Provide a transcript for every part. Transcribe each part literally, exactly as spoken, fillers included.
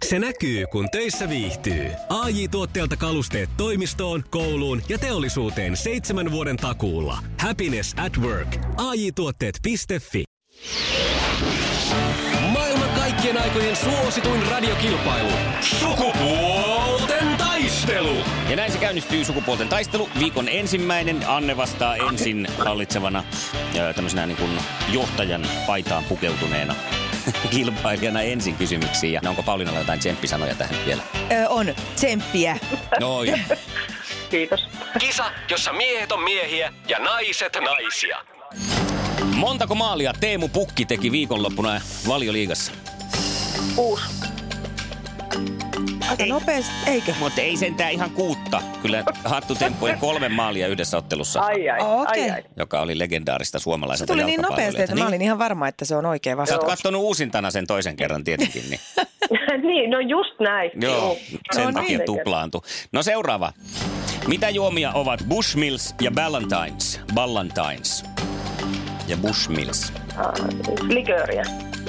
Se näkyy, kun töissä viihtyy. A J-tuotteelta kalusteet toimistoon, kouluun ja teollisuuteen seitsemän vuoden takuulla. Happiness at work. A J tuotteet piste fi. Maailman kaikkien aikojen suosituin radiokilpailu. Sukupuolten taistelu. Ja näin se käynnistyy Sukupuolten taistelu. Viikon ensimmäinen. Anne vastaa ensin hallitsevana ja tämmöisenä niin kuin johtajan paitaan pukeutuneena kilpailijana ensin kysymyksiin. Ja onko Pauliinalla jotain tsemppisanoja tähän vielä? Ö, on. Tsemppiä. Noin. Kiitos. Kisa, jossa miehet on miehiä ja naiset naisia. Montako maalia Teemu Pukki teki viikonloppuna Valioliigassa? Kuusi. Aika Ei. nopeasti, eikö? Mutta ei sentään ihan kuutta. Kyllä hattutemppujen kolme maalia yhdessä ottelussa, Ai ai, Oh, okei. ai ai. joka oli legendaarista Se suomalaiselta tuli niin nopeasti, että mä olin ihan varma, että se on oikein Sä vastaus. oot kattonut uusintana sen toisen kerran tietenkin, niin Niin, no just näin. joo, sen No takia niin. tuplaantu. No seuraava. Mitä juomia ovat Bushmills ja Ballantines? Ballantines ja Bushmills. Ah, likööriä.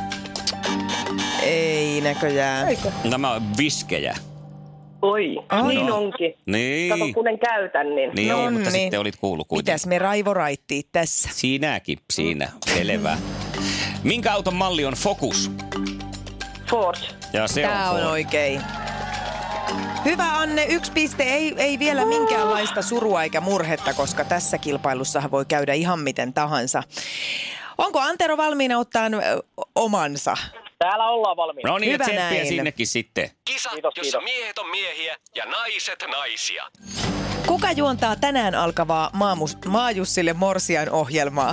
Ei näköjään. Eikö? Nämä on viskejä. Oi, Ai. niin No. onkin. Niin. Kato, kun en käytän, niin... Niin, No joo, mutta niin. sitten olit kuullut kuitenkin. Mitäs me raivoraittiit tässä? Siinäkin, siinä. Selvä. Minkä auton malli on Focus? Ford. Ja se Tää on Ford. oikein. Hyvä Anne, yksi piste. Ei, ei vielä minkäänlaista surua eikä murhetta, koska tässä kilpailussahan voi käydä ihan miten tahansa. Onko Antero valmiina ottaa ö, omansa? Täällä ollaan valmiina. No niin, Hyvä tsemppiä näin. sinnekin sitten. Kisa, Kiitos, jossa kiitos. miehet on miehiä ja naiset naisia. Kuka juontaa tänään alkavaa Maamus, Maajussille Morsian ohjelmaa?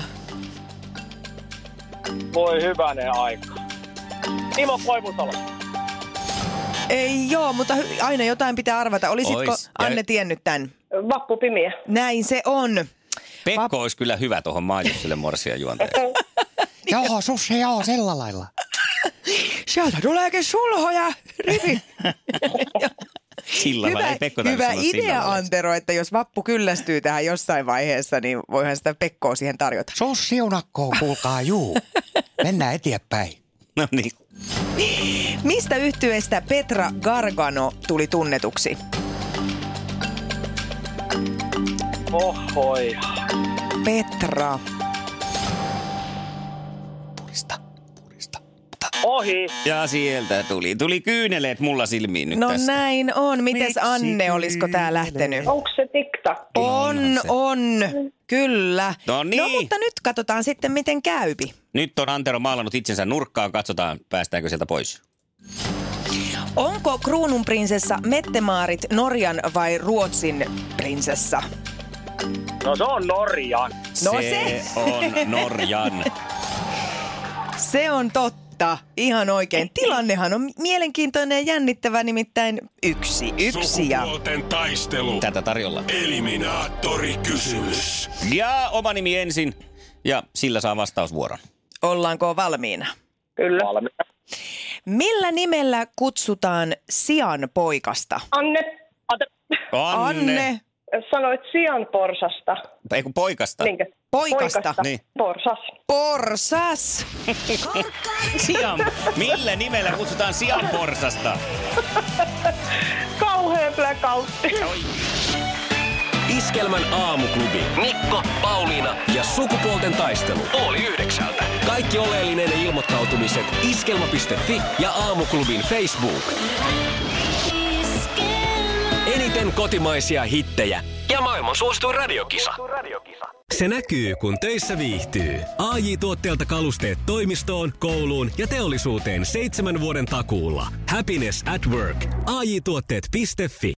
Voi hyvänen aika. Timo Koivusalo. Ei joo, mutta hy- aina jotain pitää arvata. Olisitko Ois. Ja- Anne tiennyt tämän? Vappu Pimiä. Näin se on. Pekko olisi kyllä hyvä tuohon Maajussille Morsia juontajaksi. Joo, susse, joo, sillä lailla. Sieltä tuleekin sulhoja, rivi. Sillä lailla ei Pekko tarvitse hyvä sanoa sillä idea, lailla. Antero, että jos Vappu kyllästyy tähän jossain vaiheessa, niin voihan sitä Pekkoa siihen tarjota. Sus siunakkoon, kuulkaa, juu. Mennään eteenpäin. No niin. Mistä yhtyeestä Petra Gargano tuli tunnetuksi? Ohoi. Petra. Purista, purista. Ohi. Ja sieltä tuli. Tuli kyyneleet mulla silmiin nyt No tästä. näin on. Mites Miksi Anne, olisiko tää lähtenyt? Onko se tiktakki? On, Onhan se. on. Kyllä. No niin. No mutta nyt katsotaan sitten, miten käypi. Nyt on Antero maalannut itsensä nurkkaan. Katsotaan, päästäänkö sieltä pois. Onko kruununprinsessa Mette-Maarit Norjan vai Ruotsin prinsessa? No se on Norjan. No se, se. on Norjan. Se on totta. Ihan oikein. Tilannehan on mielenkiintoinen ja jännittävä, nimittäin yksi. Yksi ja... Sukupuolten taistelu. Tätä tarjolla. Eliminaattorikysymys. Ja oma nimi ensin. Ja sillä saa vastausvuoron. Ollaanko valmiina? Kyllä. Valmiina. Millä nimellä kutsutaan sian poikasta? Anne. Ante. Anne. Sanoit sian porsasta. Ei kun poikasta. Niinkö? Poikasta. Niin. Porsas. Porsas. Sian. Millä nimellä kutsutaan sianporsasta? Kauhea blacoutti. Iskelmän aamuklubi. Mikko, Pauliina ja sukupuolten taistelu. Oli yhdeksältä. Kaikki oleellinen ilmoittautumiset iskelma piste fi ja aamuklubin Facebook. Eniten kotimaisia hittejä ja maailman suosituin radiokisa. Se näkyy, kun töissä viihtyy. A J-tuotteelta kalusteet toimistoon, kouluun ja teollisuuteen seitsemän vuoden takuulla. Happiness at work. A J tuotteet piste fi.